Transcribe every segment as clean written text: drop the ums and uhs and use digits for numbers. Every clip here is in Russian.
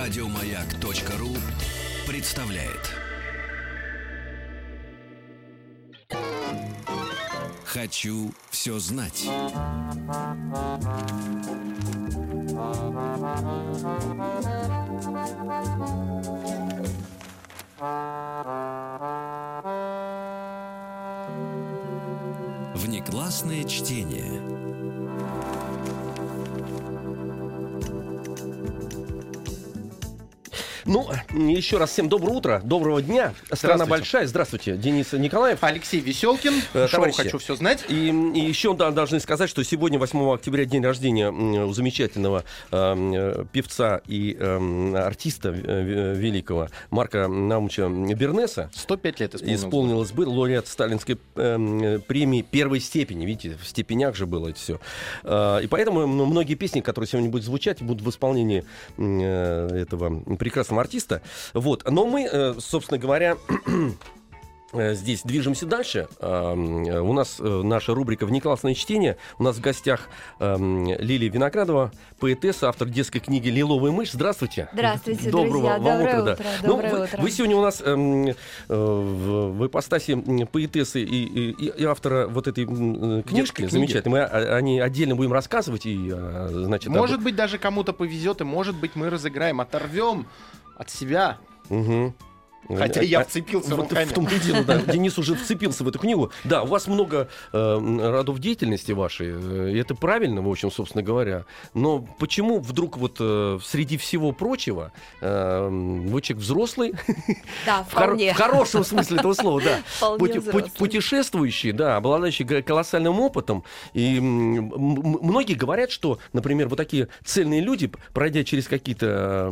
Радиомаяк.ру представляет. Хочу все знать. Внеклассное чтение. Ну, еще раз всем доброе утро, доброго дня. Страна большая. Здравствуйте, Денис Николаев. Алексей Веселкин. Шоу «Хочу все знать». И еще должны сказать, что сегодня, 8 октября, день рождения у замечательного певца и артиста великого Марка Наумовича Бернеса. 105 лет исполнилось бы, лауреат Сталинской премии первой степени. Видите, в степенях же было это все. И поэтому многие песни, которые сегодня будут звучать, будут в исполнении этого прекрасного артиста. Вот. Но мы, собственно говоря, здесь движемся дальше. У нас наша рубрика «Внеклассное чтение». У нас в гостях Лилия Виноградова, поэтесса, автор детской книги «Лиловая мышь». Здравствуйте. Здравствуйте, Доброго друзья. вам утра. Доброе утро. Вы сегодня у нас в ипостаси поэтессы и автора вот этой книжки замечательной. Мы о ней отдельно будем рассказывать. И, значит, может быть, даже кому-то повезет, и может быть, мы разыграем, оторвем от себя. Угу. Хотя я вцепился руками. В том-то и дело, да. Денис уже вцепился в эту книгу. Да, у вас много родов деятельности вашей. И это правильно, в общем, собственно говоря. Но почему вдруг вот среди всего прочего вы человек взрослый? Да, вполне. В хорошем смысле этого слова, да. Путешествующий, да, обладающий колоссальным опытом. И многие говорят, что, например, вот такие цельные люди, пройдя через какие-то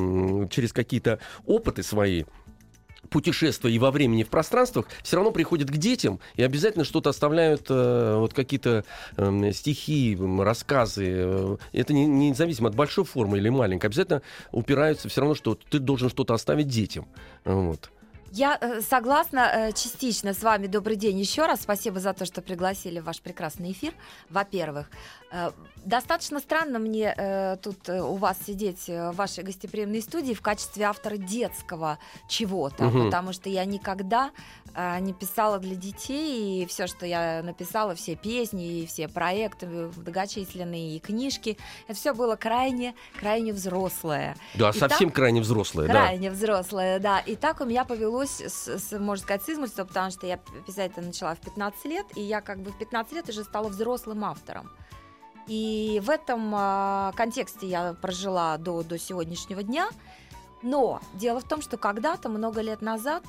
опыты свои, путешествия и во времени, и в пространствах, все равно приходят к детям и обязательно что-то оставляют, вот какие-то стихи, рассказы. Это независимо от большой формы или маленькой. Обязательно упираются все равно, что ты должен что-то оставить детям. Вот. Я согласна частично с вами. Добрый день еще раз. Спасибо за то, что пригласили в ваш прекрасный эфир. Во-первых, достаточно странно мне тут у вас сидеть в вашей гостеприимной студии в качестве автора детского чего-то, потому что я никогда не писала для детей, и все, что я написала, все песни и все проекты многочисленные, и книжки, это все было крайне взрослое. Да, совсем крайне взрослое. Крайне взрослое, да. И так у меня повелось, можно сказать, с измольства, потому что я писать это начала в 15 лет, и я как бы в 15 лет уже стала взрослым автором. И в этом контексте я прожила до сегодняшнего дня. Но дело в том, что когда-то, много лет назад,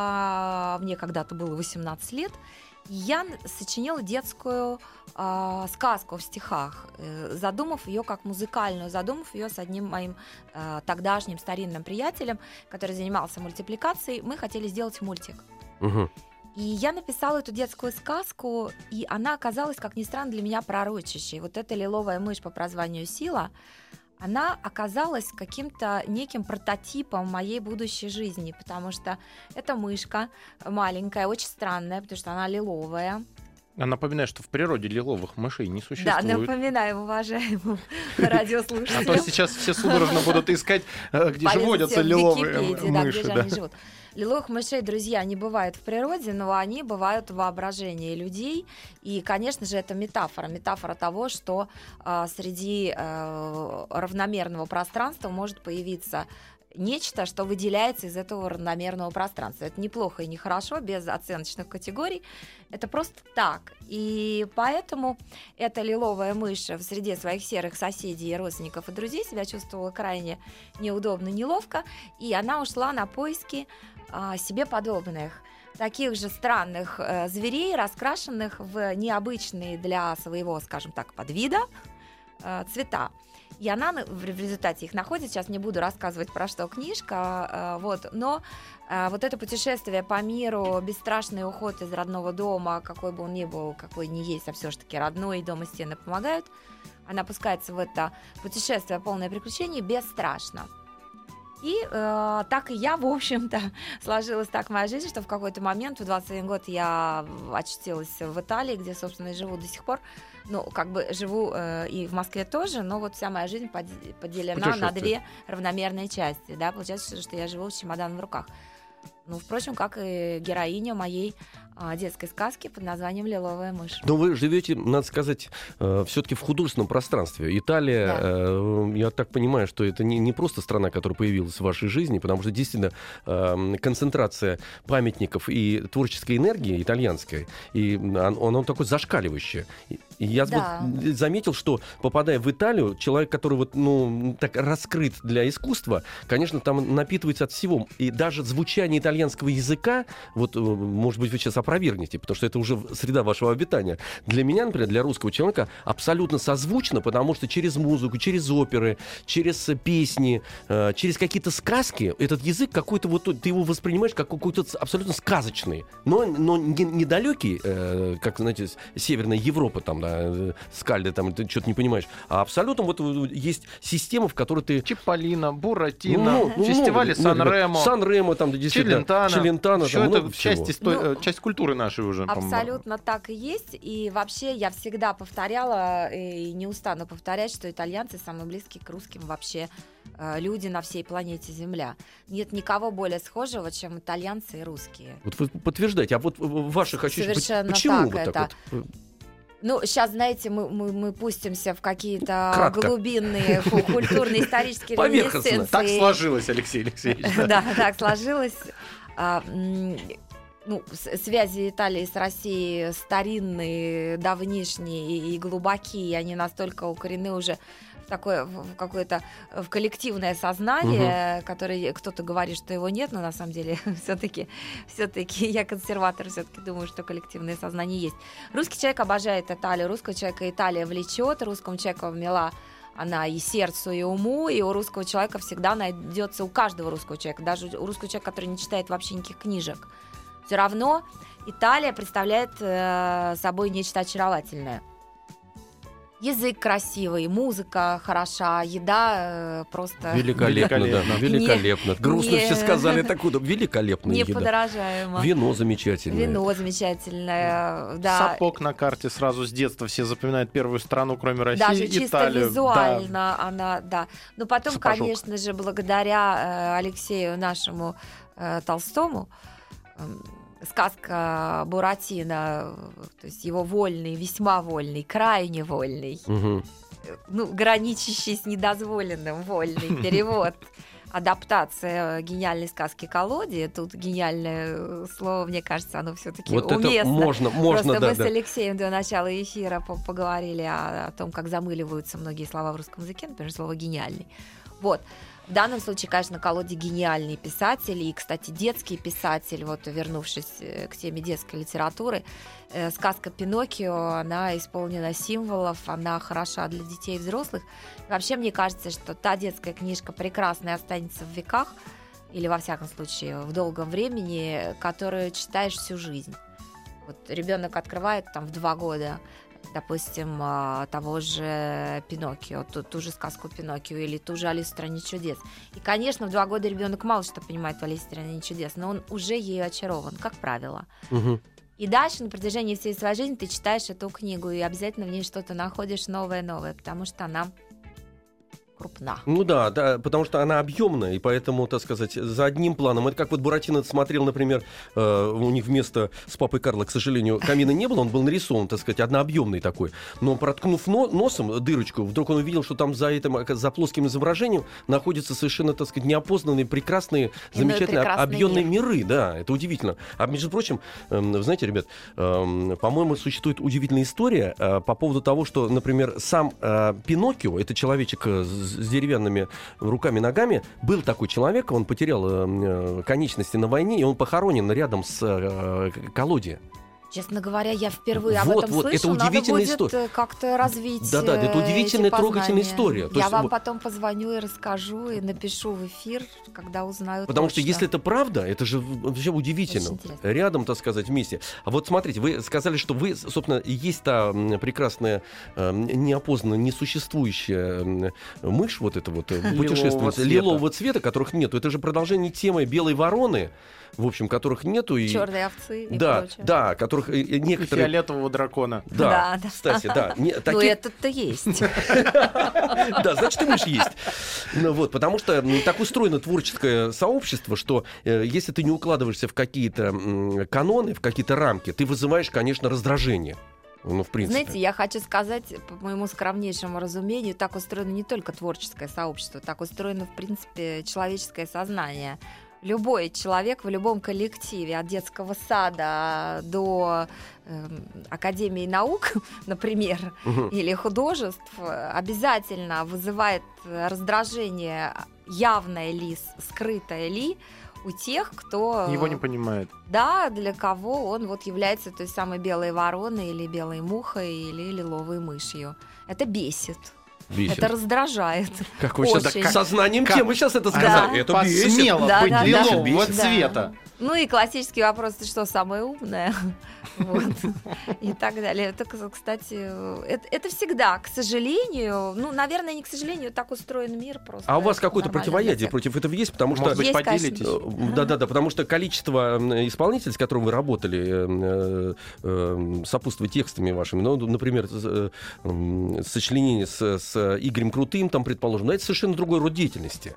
мне когда-то было 18 лет, я сочинила детскую сказку в стихах, задумав ее как музыкальную, задумав ее с одним моим тогдашним старинным приятелем, который занимался мультипликацией. Мы хотели сделать мультик. И я написала эту детскую сказку, и она оказалась, как ни странно, для меня пророчащей. Вот эта лиловая мышь по прозванию Сила, она оказалась каким-то неким прототипом моей будущей жизни, потому что эта мышка маленькая, очень странная, потому что она лиловая. Я напоминаю, что в природе лиловых мышей не существует. Да, напоминаю уважаемым радиослушателям. А то сейчас все судорожно будут искать, где же водятся лиловые мыши. Где же они живут. Лиловых мышей, друзья, не бывает в природе, но они бывают в воображении людей. И, конечно же, это метафора того, что среди равномерного пространства может появиться нечто, что выделяется из этого равномерного пространства. Это неплохо и нехорошо, без оценочных категорий. Это просто так. И поэтому эта лиловая мышь в среде своих серых соседей, родственников и друзей себя чувствовала крайне неудобно, неловко, и она ушла на поиски себе подобных, таких же странных зверей, раскрашенных в необычные для своего, скажем так, подвида цвета. И она в результате их находит. Сейчас не буду рассказывать, про что книжка, но вот это путешествие по миру, бесстрашный уход из родного дома, какой бы он ни был, какой ни есть, а все-таки родной, дом и стены помогают. Она пускается в это путешествие, полное приключений, бесстрашно. И так и я, в общем-то, сложилась так моя жизнь, что в какой-то момент, в 21 год, я очутилась в Италии, где, собственно, и живу до сих пор. Ну, как бы живу и в Москве тоже, но вот вся моя жизнь поделена на две равномерные части, да, получается, что я живу с чемоданом в руках. Ну, впрочем, как и героиня моей детской сказки под названием «Лиловая мышь». Но вы живете, надо сказать, все-таки в художественном пространстве. Италия, да. Я так понимаю, что это не просто страна, которая появилась в вашей жизни, потому что действительно концентрация памятников и творческой энергии итальянской, и оно такое зашкаливающее. И я заметил, что, попадая в Италию, человек, который вот, так раскрыт для искусства, конечно, там напитывается от всего. И даже звучание итальянского языка, вот, может быть, вы сейчас опровергнете, потому что это уже среда вашего обитания. Для меня, например, для русского человека абсолютно созвучно, потому что через музыку, через оперы, через песни, через какие-то сказки этот язык какой-то вот ты его воспринимаешь как какой-то абсолютно сказочный, но недалекий, как, знаете, Северная Европа, там, да, Скальда, там, ты что-то не понимаешь, а абсолютно вот есть система, в которой ты... Чиполлино, Буратино, фестивали Сан-Ремо. Сан-Ремо, там, действительно, Челентано. Все это часть культуры нашей уже. Абсолютно так и есть. И вообще я всегда повторяла и не устану повторять, что итальянцы самые близкие к русским вообще люди на всей планете Земля. Нет никого более схожего, чем итальянцы и русские. Вот вы подтверждаете, а вот ваших ощущений, почему вот так вот? Ну, сейчас, знаете, мы пустимся в какие-то глубинные культурные, исторические реминисценции. Так сложилось, Алексей Алексеевич. Да, так сложилось. Связи Италии с Россией старинные, давнишние и глубокие, они настолько укорены уже в какое-то в коллективное сознание, которое кто-то говорит, что его нет, но на самом деле все-таки я консерватор, все-таки думаю, что коллективное сознание есть. Русский человек обожает Италию, русского человека Италия влечет, русскому человеку мила она и сердцу, и уму, и у русского человека всегда найдется, у каждого русского человека, даже у русского человека, который не читает вообще никаких книжек, все равно Италия представляет собой нечто очаровательное. Язык красивый, музыка хороша, еда просто... Великолепно. Грустно все сказали, так вот, великолепная еда. Неподражаемо. Вино замечательное. Да. Сапог на карте сразу с детства все запоминают первую страну, кроме России, даже чисто Италию. Визуально она, да. Но потом, Сапожок. Конечно же, благодаря Алексею нашему Толстому, сказка Буратино, то есть его вольный, весьма вольный, крайне вольный, граничащий с недозволенным вольный перевод, адаптация гениальной сказки «Колоде». Тут гениальное слово, мне кажется, оно все-таки вот уместно. Можно, просто мы с Алексеем до начала эфира поговорили о том, как замыливаются многие слова в русском языке, например, слово «гениальный». Вот. В данном случае, конечно, Колоде гениальный писатель, и, кстати, детский писатель, вот вернувшись к теме детской литературы, сказка «Пиноккио», она исполнена символов, она хороша для детей и взрослых. И вообще, мне кажется, что та детская книжка прекрасная останется в веках, или, во всяком случае, в долгом времени, которую читаешь всю жизнь. Вот ребенок открывает там в 2 года, допустим, того же Пиноккио, ту же сказку Пиноккио или ту же Алису в стране чудес. И, конечно, в 2 года ребенок мало что понимает в Алисе в стране чудес, но он уже ею очарован, как правило. И дальше на протяжении всей своей жизни ты читаешь эту книгу и обязательно в ней что-то находишь новое, потому что она крупна. Ну да, потому что она объемная, и поэтому, так сказать, за одним планом. Это как вот Буратино смотрел, например, у них вместо с папой Карло, к сожалению, камина не было, он был нарисован, так сказать, однообъемный такой. Но проткнув носом дырочку, вдруг он увидел, что там за плоским изображением находятся совершенно, так сказать, неопознанные, прекрасные, замечательные, объемные миры. Да, это удивительно. А между прочим, вы знаете, ребят, по-моему, существует удивительная история по поводу того, что, например, сам Пиноккио, это человечек с деревянными руками и ногами. Был такой человек, он потерял конечности на войне, и он похоронен рядом с Колоде. Честно говоря, я впервые об этом слышу. Это удивительная Надо будет как-то развить. Да, это удивительная, трогательная история. Я вам потом позвоню и расскажу, и напишу в эфир, когда узнаю. Потому что если это правда, это же вообще удивительно. Рядом, так сказать, вместе. А вот смотрите, вы сказали, что вы, собственно, есть та прекрасная, неопознанная, несуществующая мышь, вот эта вот путешественница лилового цвета, которых нету. Это же продолжение темы белой вороны, в общем, которых нету. Черные овцы и прочее. Да, которые которых некоторые... И фиолетового дракона. Да, кстати, да. Ну, этот-то есть. Да, значит, и мышь есть. Потому что так устроено творческое сообщество, что если ты не укладываешься в какие-то каноны, в какие-то рамки, ты вызываешь, конечно, раздражение. В принципе. Знаете, я хочу сказать, по моему скромнейшему разумению, так устроено не только творческое сообщество, так устроено, в принципе, человеческое сознание. Любой человек в любом коллективе, от детского сада до Академии наук, например, или художеств, обязательно вызывает раздражение, явное ли, скрытое ли, у тех, кто... Его не понимает. Да, для кого он является той самой белой вороной или белой мухой или лиловой мышью. Это бесит. Это раздражает. Как вы сейчас сознанием темы сейчас это сказали. Это бесит. Посмело быть лилового цвета. Ну и классический вопрос: ты что, самая умная? И так далее. Это, кстати, это всегда, к сожалению, наверное, не к сожалению, так устроен мир просто. А у вас какое-то противоядие против этого есть? Потому что... Может быть, поделитесь? Да, потому что количество исполнителей, с которыми вы работали, сопутствуя текстами вашими, например, сочленение с Игорем Крутым, там, предположим, это совершенно другой род деятельности.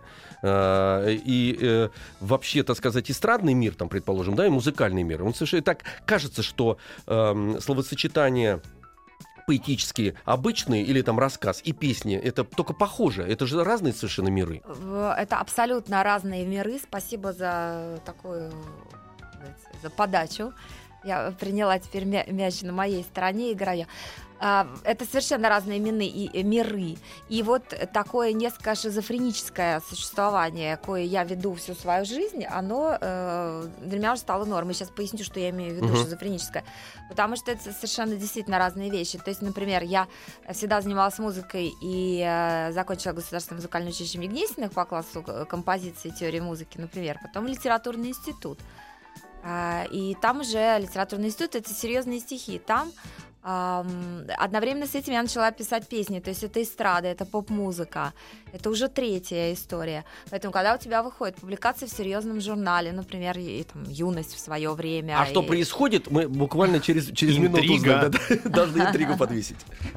И вообще, так сказать, эстрадный мир, там, предположим, да, и музыкальный мир, он совершенно так кажется, что словосочетание поэтические, обычные или там рассказ и песни, это только похоже, это же разные совершенно миры. Это абсолютно разные миры. Спасибо за такую, за подачу. Я приняла теперь мяч на моей стороне, играю. Это совершенно разные миры. И вот такое несколько шизофреническое существование, кое я веду всю свою жизнь, оно для меня уже стало нормой. Сейчас поясню, что я имею в виду шизофреническое. Потому что это совершенно действительно разные вещи. То есть, например, я всегда занималась музыкой и закончила Государственное музыкальное училище имени Гнесиных по классу композиции и теории музыки, например. Потом литературный институт. И там уже литературный институт — это серьезные стихи. Там одновременно с этим я начала писать песни, то есть это эстрада, это поп-музыка, это уже третья история. Поэтому, когда у тебя выходит публикация в серьезном журнале, например, там, «Юность» в свое время. А что происходит, мы буквально через минуту узнаем. Должны интригу подвесить.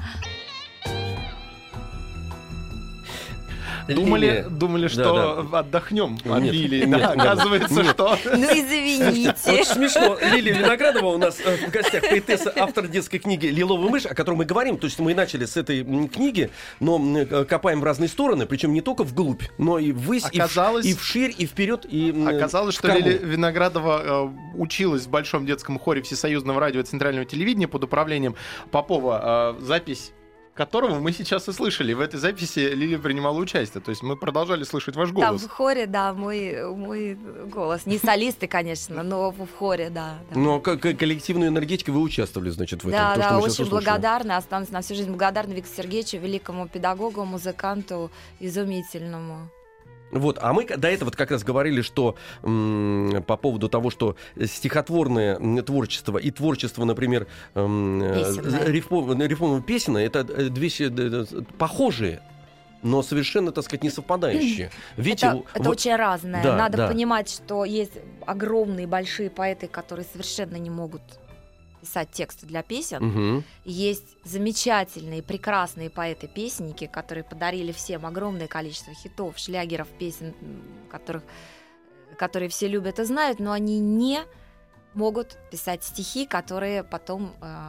Думали, что отдохнем от Лилии. Оказывается, что... Ну, извините. Вот смешно. Лилия Виноградова у нас в гостях, поэтесса, автор детской книги «Лиловая мышь», о которой мы говорим. То есть мы начали с этой книги, но копаем в разные стороны, причем не только вглубь, но и ввысь, и вширь, и вперед, и оказалось, что Лилия Виноградова училась в Большом детском хоре Всесоюзного радио и Центрального телевидения под управлением Попова. Запись которого мы сейчас и слышали. В этой записи Лилия принимала участие. То есть мы продолжали слышать ваш голос. Там в хоре, да, мой голос. Не солисты, конечно, но в хоре, да. Но коллективную энергетику вы участвовали, значит, в этом. Да, очень благодарна. Останусь на всю жизнь благодарна Виктору Сергеевичу, великому педагогу, музыканту, изумительному. Вот, а мы до этого как раз говорили, что по поводу того, что стихотворное творчество и творчество, например, рифмовое песенное, это две похожие, но совершенно, так сказать, не совпадающие. Видите, это очень разное. Да, надо понимать, что есть огромные, большие поэты, которые совершенно не могут писать тексты для песен. Есть замечательные, прекрасные поэты-песенники, которые подарили всем огромное количество хитов, шлягеров, песен, которые все любят и знают, но они не могут писать стихи, которые потом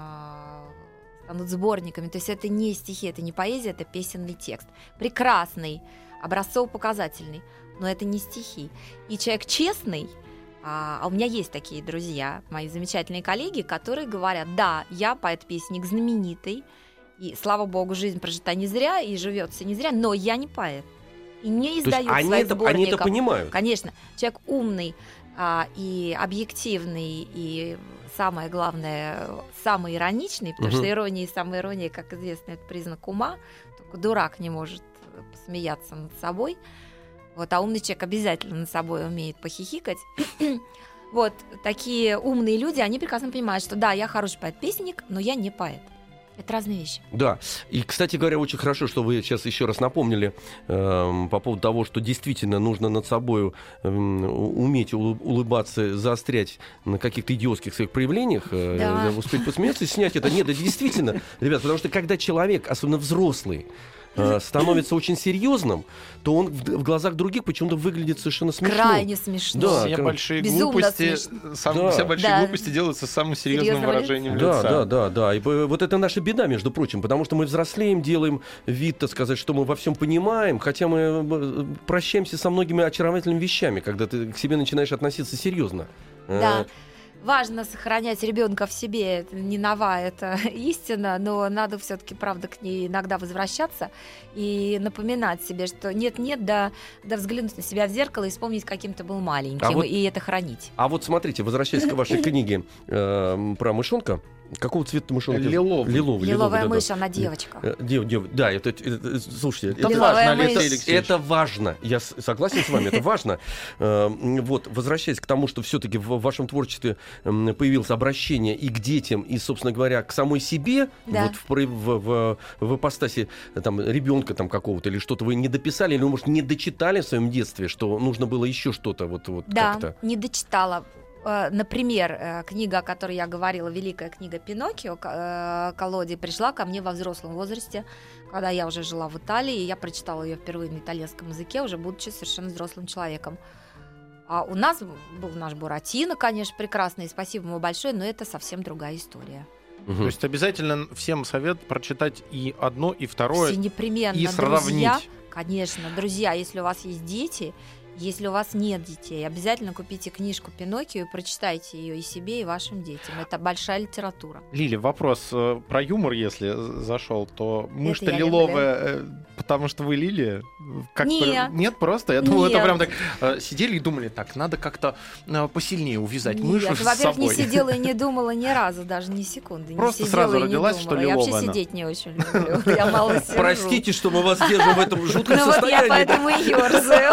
станут сборниками. То есть это не стихи, это не поэзия, это песенный текст. Прекрасный, образцово-показательный, но это не стихи. И человек честный, а у меня есть такие друзья, мои замечательные коллеги, которые говорят: да, я поэт-песенник знаменитый, и, слава богу, жизнь прожита не зря, и живется не зря, но я не поэт. И не издаю своих сборников. Они это понимают? Конечно. Человек умный и объективный, и самое главное, самый ироничный, потому что ирония и самоирония, как известно, это признак ума, только дурак не может посмеяться над собой. Вот, а умный человек обязательно над собой умеет похихикать. Вот, такие умные люди, они прекрасно понимают, что да, я хороший поэт-песенник, но я не поэт. Это разные вещи. Да. И, кстати говоря, очень хорошо, что вы сейчас еще раз напомнили по поводу того, что действительно нужно над собой уметь улыбаться, заострять на каких-то идиотских своих проявлениях, успеть посмеяться и снять это. Нет, это действительно, ребят, потому что когда человек, особенно взрослый, становится очень серьезным, то он в глазах других почему-то выглядит совершенно смешно. Крайне смешно. Да, все большие глупости, глупости делаются самым серьезным выражением лица. Да. И вот это наша беда, между прочим, потому что мы взрослеем, делаем вид, так сказать, что мы во всем понимаем, хотя мы прощаемся со многими очаровательными вещами, когда ты к себе начинаешь относиться серьезно. Да. Важно сохранять ребенка в себе, это не нова, это истина, но надо все-таки, правда, к ней иногда возвращаться и напоминать себе, что нет-нет, да взглянуть на себя в зеркало и вспомнить, каким ты был маленьким, и это хранить. А вот смотрите, возвращаясь к вашей книге про мышонка, какого цвета мышонок? Лиловая мышь, она девочка. Да, слушайте, это важно. Я согласен с вами, это важно. Вот, возвращаясь к тому, что все-таки в вашем творчестве появилось обращение и к детям, и, собственно говоря, к самой себе, вот в ипостаси там ребенка там какого-то, или что-то вы не дописали, или, может, не дочитали в своем детстве, что нужно было еще что-то вот как-то. Да, не дочитала. Например, книга, о которой я говорила, великая книга «Пиноккио» Колоди, пришла ко мне во взрослом возрасте, когда я уже жила в Италии, и я прочитала ее впервые на итальянском языке, уже будучи совершенно взрослым человеком. А у нас был наш Буратино, конечно, прекрасный, и спасибо ему большое, но это совсем другая история. То есть обязательно всем совет прочитать и одно, и второе, все непременно, и сравнить. Друзья, конечно, друзья, если у вас есть дети... Если у вас нет детей, обязательно купите книжку «Пиноккио» и прочитайте ее и себе, и вашим детям. Это большая литература. Лили, вопрос про юмор, если зашел, то мышь-то лиловая, потому что вы Лили? Нет, просто? Я думал, это прям так сидели и думали, так, надо как-то посильнее увязать мышу с собой. Во-первых, не сидела и не думала ни разу, даже ни секунды. Просто сразу родилась, что лиловая. Я вообще сидеть не очень люблю. Я мало сижу. Простите, что мы вас держим в этом жутком состоянии. Ну вот я поэтому и ёрзаю.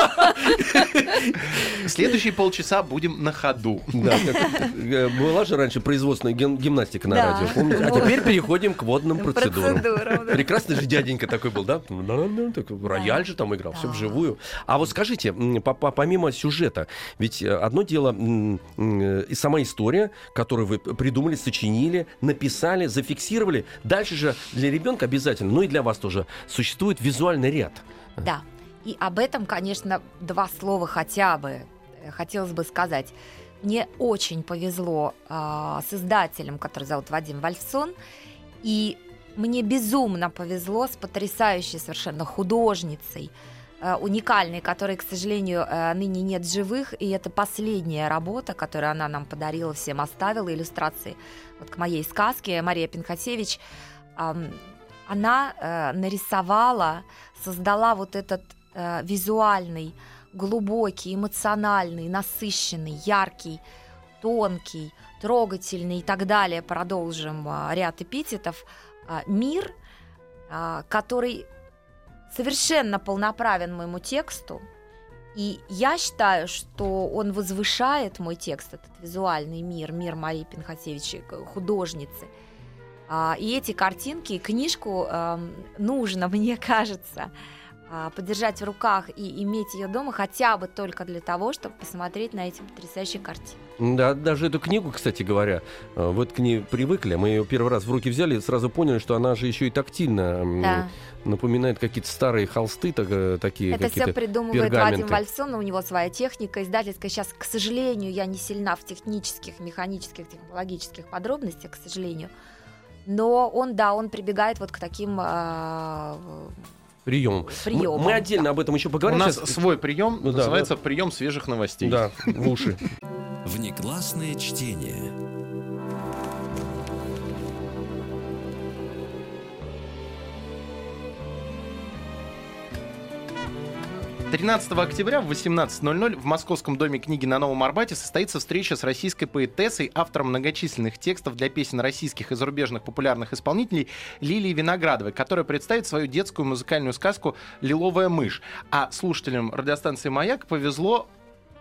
Следующие полчаса будем на ходу. Да, была же раньше производственная гимнастика на радио, помните? А теперь переходим к водным процедурам. Прекрасный же дяденька такой был, да? Рояль же там играл, все вживую. А вот скажите, помимо сюжета, ведь одно дело и сама история, которую вы придумали, сочинили, написали, зафиксировали. Дальше же для ребенка обязательно, ну и для вас тоже, существует визуальный ряд. Да. И об этом, конечно, два слова хотя бы хотелось бы сказать. Мне очень повезло с издателем, который зовут Вадим Вольфсон, и мне безумно повезло с потрясающей совершенно художницей, уникальной, которой, к сожалению, ныне нет живых, и это последняя работа, которую она нам подарила, всем оставила, иллюстрации вот к моей сказке, Мария Пинхасевич. Она нарисовала, создала вот этот визуальный, глубокий, эмоциональный, насыщенный, яркий, тонкий, трогательный и так далее, продолжим ряд эпитетов, мир, который совершенно полноправен моему тексту, и я считаю, что он возвышает мой текст, этот визуальный мир Марии Пинхасевич, художницы. И эти картинки, книжку нужно, мне кажется, подержать в руках и иметь ее дома хотя бы только для того, чтобы посмотреть на эти потрясающие картины. Да, даже эту книгу, кстати говоря, вот к ней привыкли, мы ее первый раз в руки взяли и сразу поняли, что она же еще и тактильно напоминает какие-то старые холсты, такие. Это все придумывает Вадим Вольфсон, у него своя техника издательская. Сейчас, к сожалению, я не сильна в технических, механических, технологических подробностях, к сожалению, но он прибегает вот к таким... приемом. Мы отдельно об этом еще поговорим. У нас свой прием, называется прием свежих новостей. Да, в уши. Внеклассное чтение. 13 октября в 18:00 в Московском доме книги на Новом Арбате состоится встреча с российской поэтессой, автором многочисленных текстов для песен российских и зарубежных популярных исполнителей Лилией Виноградовой, которая представит свою детскую музыкальную сказку «Лиловая мышь». А слушателям радиостанции «Маяк» повезло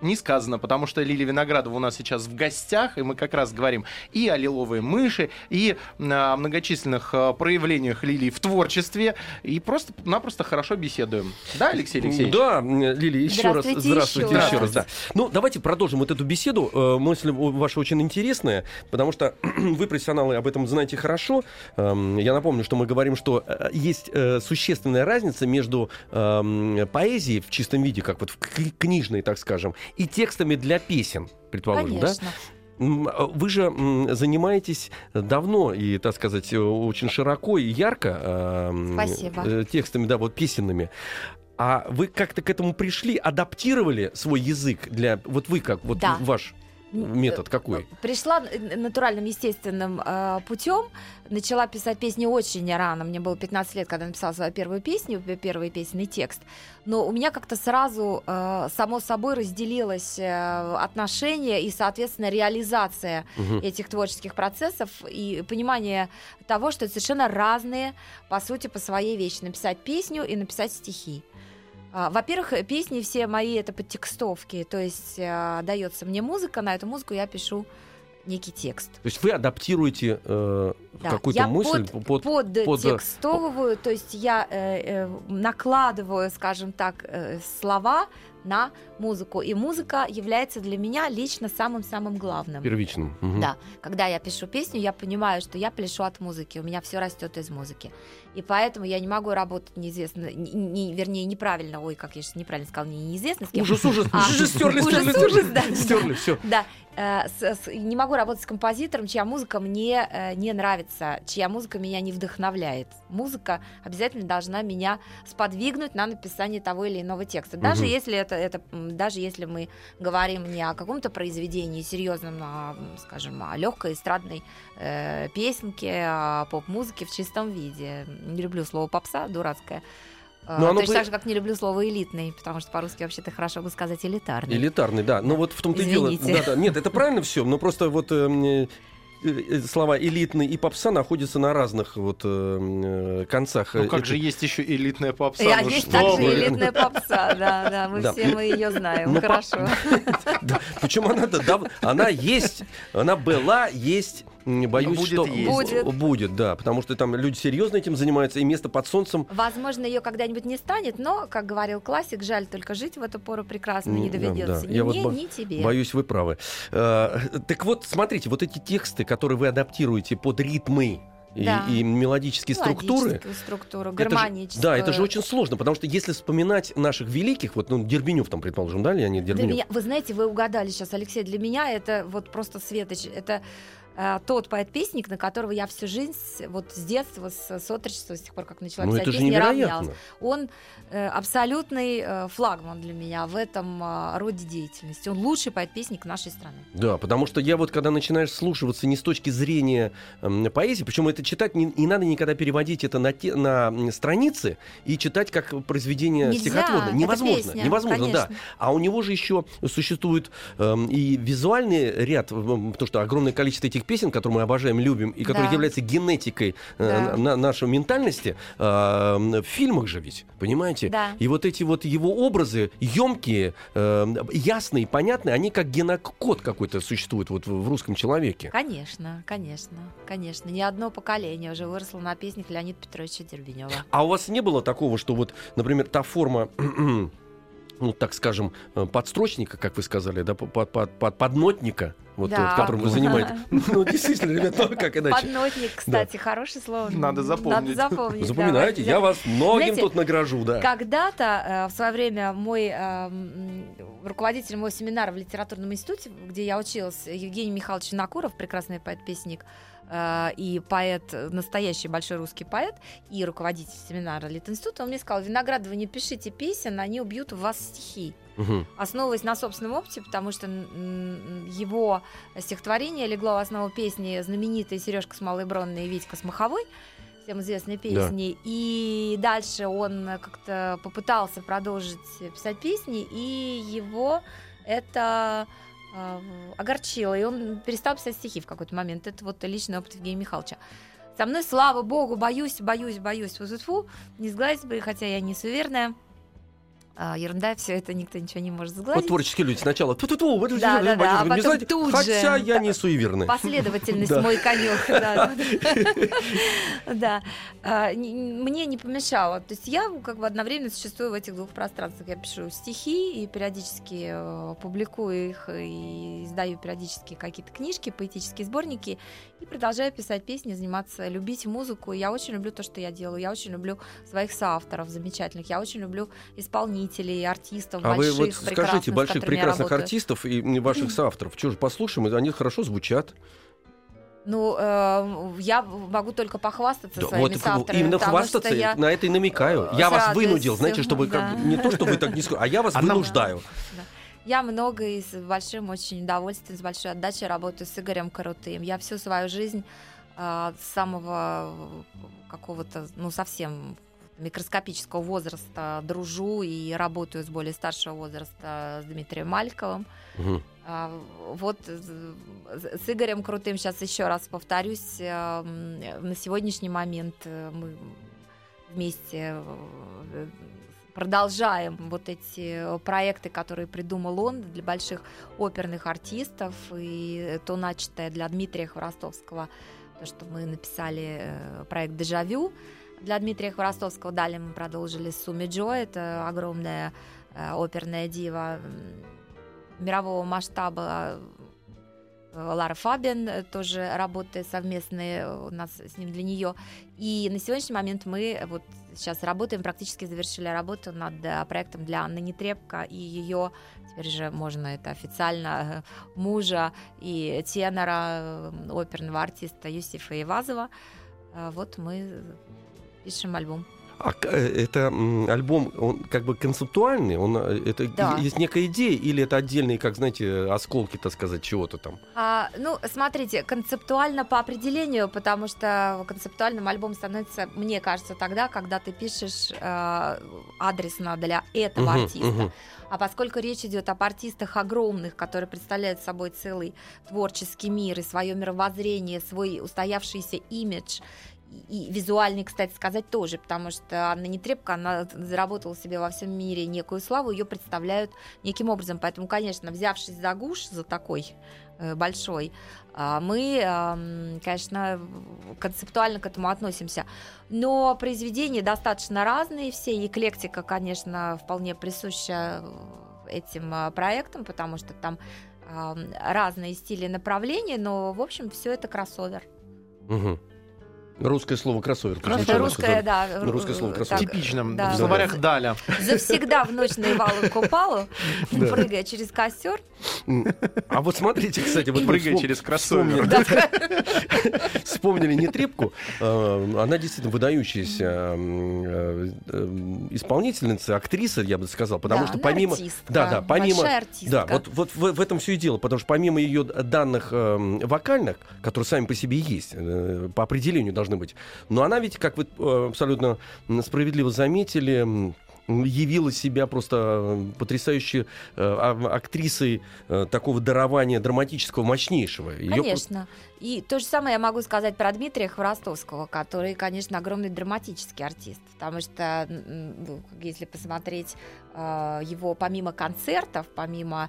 не сказано, потому что Лилия Виноградова у нас сейчас в гостях, и мы как раз говорим и о «Лиловой мыши», и о многочисленных проявлениях Лилии в творчестве, и просто-напросто хорошо беседуем. Да, Алексей Алексеевич? Да, Лилия, здравствуйте еще раз. Да. Ну, давайте продолжим вот эту беседу. Мысль ваша очень интересная, потому что вы, профессионалы, об этом знаете хорошо. Я напомню, что мы говорим, что есть существенная разница между поэзией в чистом виде, как вот в книжной, так скажем, и текстами для песен, предположим, Конечно. Да? Вы же занимаетесь давно и, так сказать, очень широко и ярко текстами, да, вот песенными. А вы как-то к этому пришли, адаптировали свой язык для... Вот вы как? Вот да. Ваш метод какой? Пришла натуральным, естественным путем. Начала писать песни очень рано. Мне было 15 лет, когда написала свою первую песню, первый песенный текст. Но у меня как-то сразу, само собой, разделилось отношение и, соответственно, реализация этих творческих процессов и понимание того, что это совершенно разные, по сути, по своей вещи. Написать песню и написать стихи. Во-первых, песни все мои — это подтекстовки, то есть дается мне музыка, на эту музыку я пишу некий текст. То есть вы адаптируете какую-то мысль подтекстовываю, то есть я накладываю, скажем так, слова на музыку, и музыка является для меня лично самым-самым главным. Первичным. Да, когда я пишу песню, я понимаю, что я пляшу от музыки, у меня все растет из музыки, и поэтому я не могу работать неизвестно, вернее неправильно, ой, как я сейчас неправильно сказала, неизвестно с кем. Ужас, стерли, все. Да, не могу работать с композитором, чья музыка мне не нравится, чья музыка меня не вдохновляет. Музыка обязательно должна меня сподвигнуть на написание того или иного текста, даже если даже если мы говорим не о каком-то произведении серьезном, а, скажем, о легкой эстрадной песенке, о поп-музыке в чистом виде. Не люблю слово попса, дурацкое. Точно так же, как не люблю слово элитный, потому что по-русски вообще-то хорошо бы сказать элитарный. Элитарный, да. Но вот в том-то и дело. Да. Нет, это правильно все, но просто вот слова элитный и попса находятся на разных вот концах. Ну как же есть еще элитная попса? Есть также элитная попса, да, мы ее знаем, хорошо. Причем она есть, она была, есть. Боюсь, что будет, да, потому что там люди серьезно этим занимаются, и место под солнцем. Возможно, ее когда-нибудь не станет, но, как говорил классик, жаль только жить в эту пору прекрасно не доведется. Ни мне, ни тебе. Боюсь, вы правы. Так вот, смотрите, вот эти тексты, которые вы адаптируете под ритмы и мелодические структуры, гармоническую. Да, это же очень сложно, потому что если вспоминать наших великих, вот Дербенев там, предположим, да, Леонид Дербенев. Вы знаете, вы угадали сейчас, Алексей, для меня это вот просто светоч, это тот поэт-песник, на которого я всю жизнь, вот с детства, с отрочества, с тех пор, как начала писать песни, равнялась. Он абсолютный флагман для меня в этом роде деятельности. Он лучший поэт-песник нашей страны. Да, потому что я вот, когда начинаешь слушаться не с точки зрения поэзии, причем это читать не надо никогда переводить это на страницы и читать как произведение стихотворное. Невозможно, да. А у него же еще существует и визуальный ряд, потому что огромное количество этих песен, которые мы обожаем, любим, и которые являются генетикой нашей ментальности, в фильмах же ведь, понимаете? Да. И вот эти вот его образы, емкие, ясные, понятные, они как генокод какой-то существует вот в русском человеке. Конечно. Ни одно поколение уже выросло на песнях Леонида Петровича Дербенева. А у вас не было такого, что вот, например, та форма... ну, так скажем, подстрочника, как вы сказали, да, поднотника, вот, которым вы занимаетесь. Ну, действительно, ребят, ну как иначе? Поднотник, кстати, хорошее слово. Надо запомнить. Запоминайте, я вас многим тут награжу, да. Когда-то, в свое время, мой руководитель моего семинара в литературном институте, где я училась, Евгений Михайлович Накуров, прекрасный поэт-песник, и поэт, настоящий большой русский поэт, и руководитель семинара Литинститута, он мне сказал: Виноградова, не пишите песен, они убьют в вас стихи. Основываясь на собственном опыте, потому что его стихотворение легло в основу песни знаменитой «Сережка Смолой-Бронной» и «Витька с Маховой», всем известной песни. Да. И дальше он как-то попытался продолжить писать песни, и его это огорчило, и он перестал писать стихи в какой-то момент. Это вот личный опыт Евгения Михайловича. Со мной, слава богу, боюсь, фу-фу-фу, не сглазить бы, хотя я не суеверная. ерунда, все это никто ничего не может сгладить. Вот творческие люди сначала а потом тут же хотя я не суеверный. Последовательность мой конек. Да. Мне не помешало. То есть я как бы одновременно существую в этих двух пространствах. Я пишу стихи и периодически публикую их и издаю периодически какие-то книжки, поэтические сборники и продолжаю писать песни, заниматься, любить музыку. Я очень люблю то, что я делаю. Я очень люблю своих соавторов замечательных. Я очень люблю исполнителей, артистов больших, вы вот скажите, больших прекрасных артистов и ваших соавторов, что же, послушаем, они хорошо звучат. Ну, я могу только похвастаться своими соавторами. Именно хвастаться, я на это и намекаю. Я вас вынудил, знаете, чтобы не то, что вы так не сказали, а я вас вынуждаю. Я много и с большим очень удовольствием, с большой отдачей работаю с Игорем Крутым. Я всю свою жизнь с самого какого-то, совсем микроскопического возраста дружу и работаю с более старшего возраста с Дмитрием Мальковым. Угу. Вот с Игорем Крутым, сейчас еще раз повторюсь, на сегодняшний момент мы вместе продолжаем вот эти проекты, которые придумал он для больших оперных артистов, и то начатое для Дмитрия Хворостовского, то, что мы написали проект «Дежавю», для Дмитрия Хворостовского. Далее мы продолжили с Суми Джо, это огромная оперная дива мирового масштаба. Лара Фабиан тоже работает совместные у нас с ним для нее. И на сегодняшний момент мы вот сейчас работаем, практически завершили работу над проектом для Анны Нетребко и ее, теперь же можно это официально, мужа и тенора, оперного артиста Юсифа Ивазова. Вот мы пишем альбом. А это альбом, он как бы концептуальный? Есть некая идея, или это отдельные, как, знаете, осколки, так сказать, чего-то там? Смотрите, концептуально по определению, потому что концептуальным альбом становится, мне кажется, тогда, когда ты пишешь адресно для этого артиста. А поскольку речь идет об артистах огромных, которые представляют собой целый творческий мир и свое мировоззрение, свой устоявшийся имидж, и визуальный, кстати сказать, тоже, потому что Анна Нетребко, она заработала себе во всем мире некую славу, ее представляют неким образом. Поэтому, конечно, взявшись за гуш, за такой большой, мы, конечно, концептуально к этому относимся. Но произведения достаточно разные все, и эклектика, конечно, вполне присуща этим проектам, потому что там разные стили и направления, но, в общем, все это кроссовер. Угу. Русское слово кроссовер. Русское, да. Русское слово кроссовер. Типичным, в словарях Даля. Завсегда в ночь на Ивалу-Купалу, прыгая через костер. А вот смотрите, кстати, вот прыгая через кроссовер. Вспомнили Нетребку. Она действительно выдающаяся исполнительница, актриса, я бы сказал, потому что помимо... Большая артистка. Да, вот в этом все и дело, потому что помимо ее данных вокальных, которые сами по себе есть, по определению должны быть, но она ведь, как вы абсолютно справедливо заметили, явила себя просто потрясающей актрисой такого дарования драматического мощнейшего. Конечно. И то же самое я могу сказать про Дмитрия Хворостовского, который, конечно, огромный драматический артист, потому что, если посмотреть его помимо концертов, помимо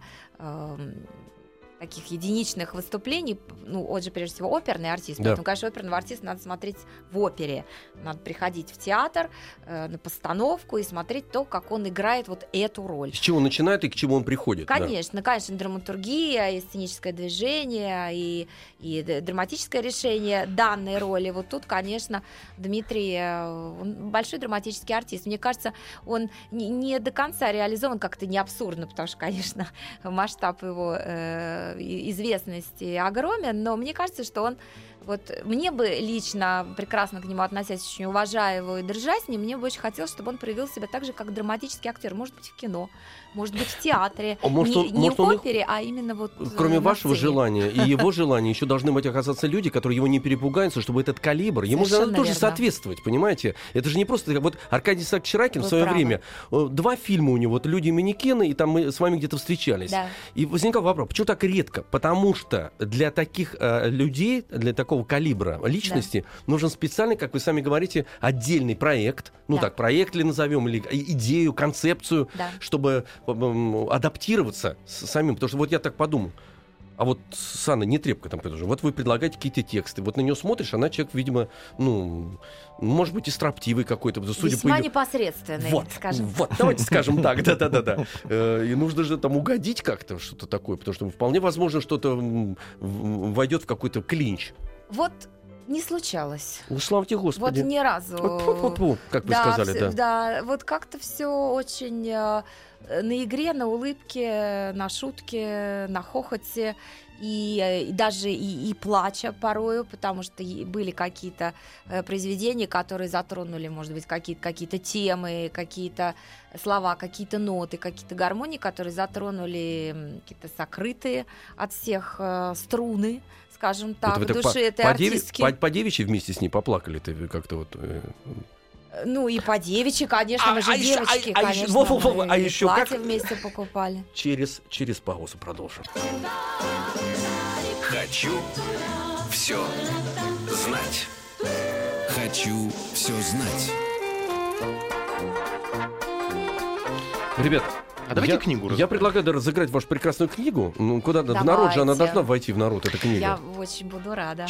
таких единичных выступлений, он же прежде всего оперный артист, поэтому, конечно, оперного артиста надо смотреть в опере, надо приходить в театр, на постановку и смотреть то, как он играет вот эту роль. С чего он начинает и к чему он приходит. Конечно, драматургия, и сценическое движение, и драматическое решение данной роли. Вот тут, конечно, Дмитрий, он большой драматический артист. Мне кажется, он не до конца реализован, как-то не абсурдно, потому что, конечно, масштаб его известности огромен, но мне кажется, что он, мне бы лично, прекрасно к нему относясь, очень уважаю его и держась с ним, мне бы очень хотелось, чтобы он проявил себя так же, как драматический актер, может быть, в кино, может быть, в театре, не в опере, а именно кроме вашего желания и его желания, еще должны быть оказаться люди, которые его не перепугаются, чтобы этот калибр, ему же надо тоже соответствовать, понимаете? Это же не просто... Вот Аркадий Сакчаракин в свое время, 2 фильма у него, «Люди-манекены», и там мы с вами где-то встречались. Да. И возникал вопрос, почему так редко? Потому что для таких людей, для такого такого калибра личности нужен специальный, как вы сами говорите, отдельный проект, проект ли назовем, или идею, концепцию, чтобы адаптироваться самим. Потому что вот я так подумал. А вот Санна Нетребко там тоже. Вот вы предлагаете какие-то тексты. Вот на нее смотришь, она человек, видимо, может быть, и строптивый какой-то. Весьма непосредственный, скажем. Вот, давайте скажем так, да. И нужно же там угодить как-то, что-то такое, потому что вполне возможно, что-то войдет в какой-то клинч. Вот не случалось. Славьте Господи. Вот ни разу. Как вы сказали, Да, вот как-то все очень на игре, на улыбке, на шутке, на хохоте. И даже и плача порою, потому что были какие-то произведения, которые затронули, может быть, какие-то темы, какие-то слова, какие-то ноты, какие-то гармонии, которые затронули какие-то сокрытые от всех струны, скажем так, в душе этой артистки. По девичьи вместе с ней поплакали ты как-то вот... Ну и по девичьи, конечно, мы же девочки, конечно, а еще платье вместе покупали. Через паузу продолжим. Хочу все знать. Хочу все знать. Ребят, А давайте книгу разыграем. Я предлагаю разыграть вашу прекрасную книгу. Куда-то в народ же, она должна войти в народ, эта книга. Я очень буду рада.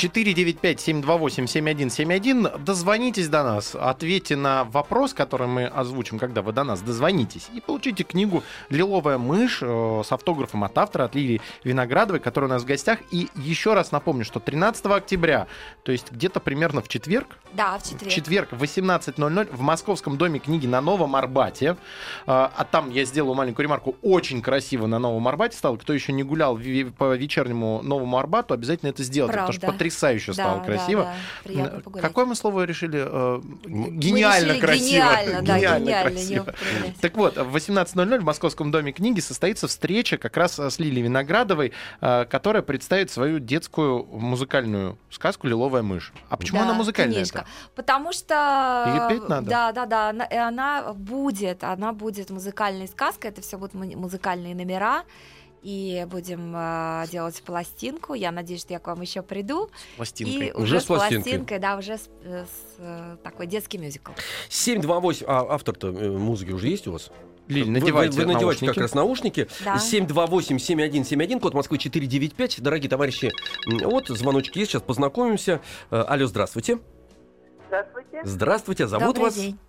495-728-7171. Дозвонитесь до нас, ответьте на вопрос, который мы озвучим, когда вы до нас дозвонитесь, и получите книгу «Лиловая мышь» с автографом от автора, от Лилии Виноградовой, которая у нас в гостях. И еще раз напомню, что 13 октября, то есть где-то примерно в четверг. Да, в четверг. В четверг в 18:00 в Московском доме книги на Новом Арбате. А там я сделаю маленькую ремарку. Очень красиво на Новом Арбате стало. Кто еще не гулял по вечернему Новому Арбату, обязательно это сделайте, потому что потрясающе стало красиво. Да, приятно погулять. Какое мы слово решили? Гениально красиво. Гениально красиво. Так вот, в 18:00 в Московском доме книги состоится встреча как раз с Лилией Виноградовой, которая представит свою детскую музыкальную сказку «Лиловая мышь». А почему она музыкальная? Книжка. Потому что... Ее петь надо? Да. Она будет музыкальной сказкой. Это все будут музыкальные номера. И будем делать пластинку. Я надеюсь, что я к вам еще приду. С пластинкой. И уже с пластинкой, да, уже с такой детский мюзикл. 728. А автор-то музыки уже есть у вас? Лиль, надевайте вы надевайте как раз наушники. Да. 728-7171, код Москвы 495. Дорогие товарищи, вот звоночки есть, сейчас познакомимся. Алло, здравствуйте. Здравствуйте. Здравствуйте, зовут Добрый вас? день.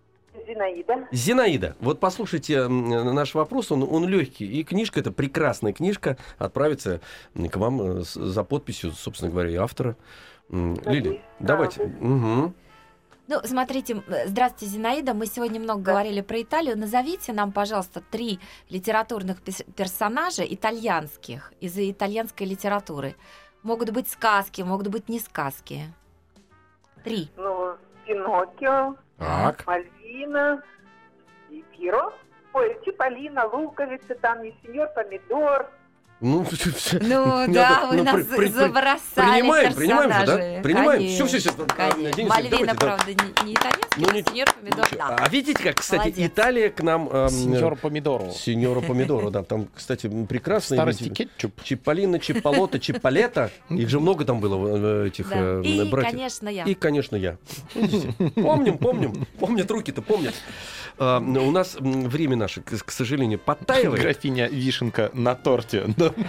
Зинаида. Вот послушайте наш вопрос, он легкий. И книжка, это прекрасная книжка, отправится к вам за подписью, собственно говоря, и автора. Лилия, давайте. Угу. Ну, смотрите, здравствуйте, Зинаида. Мы сегодня много говорили про Италию. Назовите нам, пожалуйста, 3 литературных персонажа итальянских из итальянской литературы. Могут быть сказки, могут быть не сказки. 3. Ну, Пиноккио, Так. Мальвина и Пиро. Ой, Чиполлино, Луковицы, там и сеньор Помидор. Ну, да, вы нас забросали принимаем же, да? Принимаем. Все. Мальвина, правда, не итальянский, но сеньор Помидор, да. А видите, как, кстати, Молодец. Италия к нам... Сеньора Помидору. Сеньора Помидору, да. Там, кстати, прекрасные... Старости кетчуп. Чиполлино, Чиполлото, Чиполлета. Их же много там было, этих И, братьев. конечно, я. И, конечно, я. Помним. Помнят руки-то, помнят. У нас время наше, к сожалению, подтаивает. Графиня Вишенка на торте.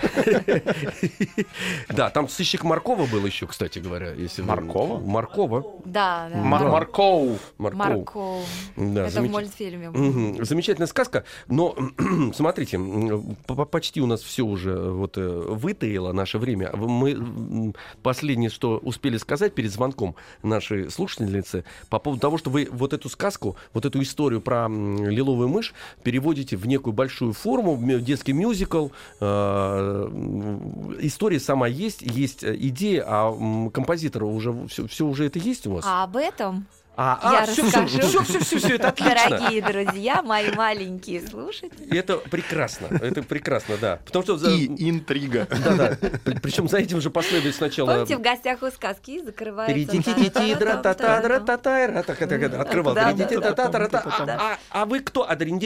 Да, там сыщик Маркова был еще, кстати говоря. Маркова? Маркова. Да. Марков. Марков. Да, Это в мультфильме. Замечательная сказка. Но, смотрите, почти у нас все уже вытаило наше время. Мы последнее, что успели сказать перед звонком нашей слушательницы, по поводу того, что вы вот эту сказку, вот эту историю про лиловую мышь переводите в некую большую форму, в детский мюзикл. История сама есть идея, а композитора уже все уже это есть у вас? А об этом Я расскажу. Все, это отлично. Дорогие друзья, мои маленькие слушатели. Это прекрасно, да. Потому что И интрига. Да. Причем за этим же последует сначала. Помните, в гостях у сказки закрывается. Открывал. А вы кто?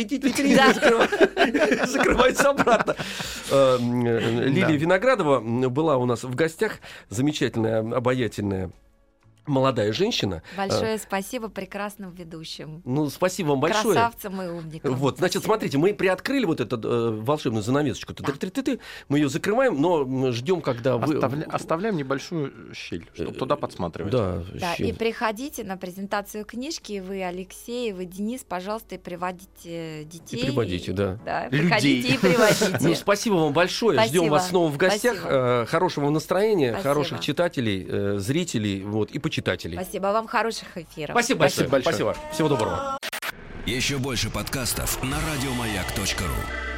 Закрывается обратно. Лилия Виноградова была у нас в гостях. Замечательная, обаятельная молодая женщина. Большое спасибо прекрасным ведущим. Ну, спасибо вам большое. Красавцам и умникам. Вот, значит, смотрите, мы приоткрыли вот эту волшебную занавесочку. Мы ее закрываем, но ждем, когда вы... Оставляем небольшую щель, чтобы туда подсматривать. Да, и приходите на презентацию книжки. Вы, Алексей, вы, Денис, пожалуйста, и приводите детей. И приводите, да. Приходите и приводите. Ну, спасибо вам большое. Ждем вас снова в гостях. Хорошего настроения, хороших читателей, зрителей, вот, и почитателей. Спасибо вам, хороших эфиров. Спасибо большое. Спасибо. Всего доброго. Еще больше подкастов на радиомаяк.ру.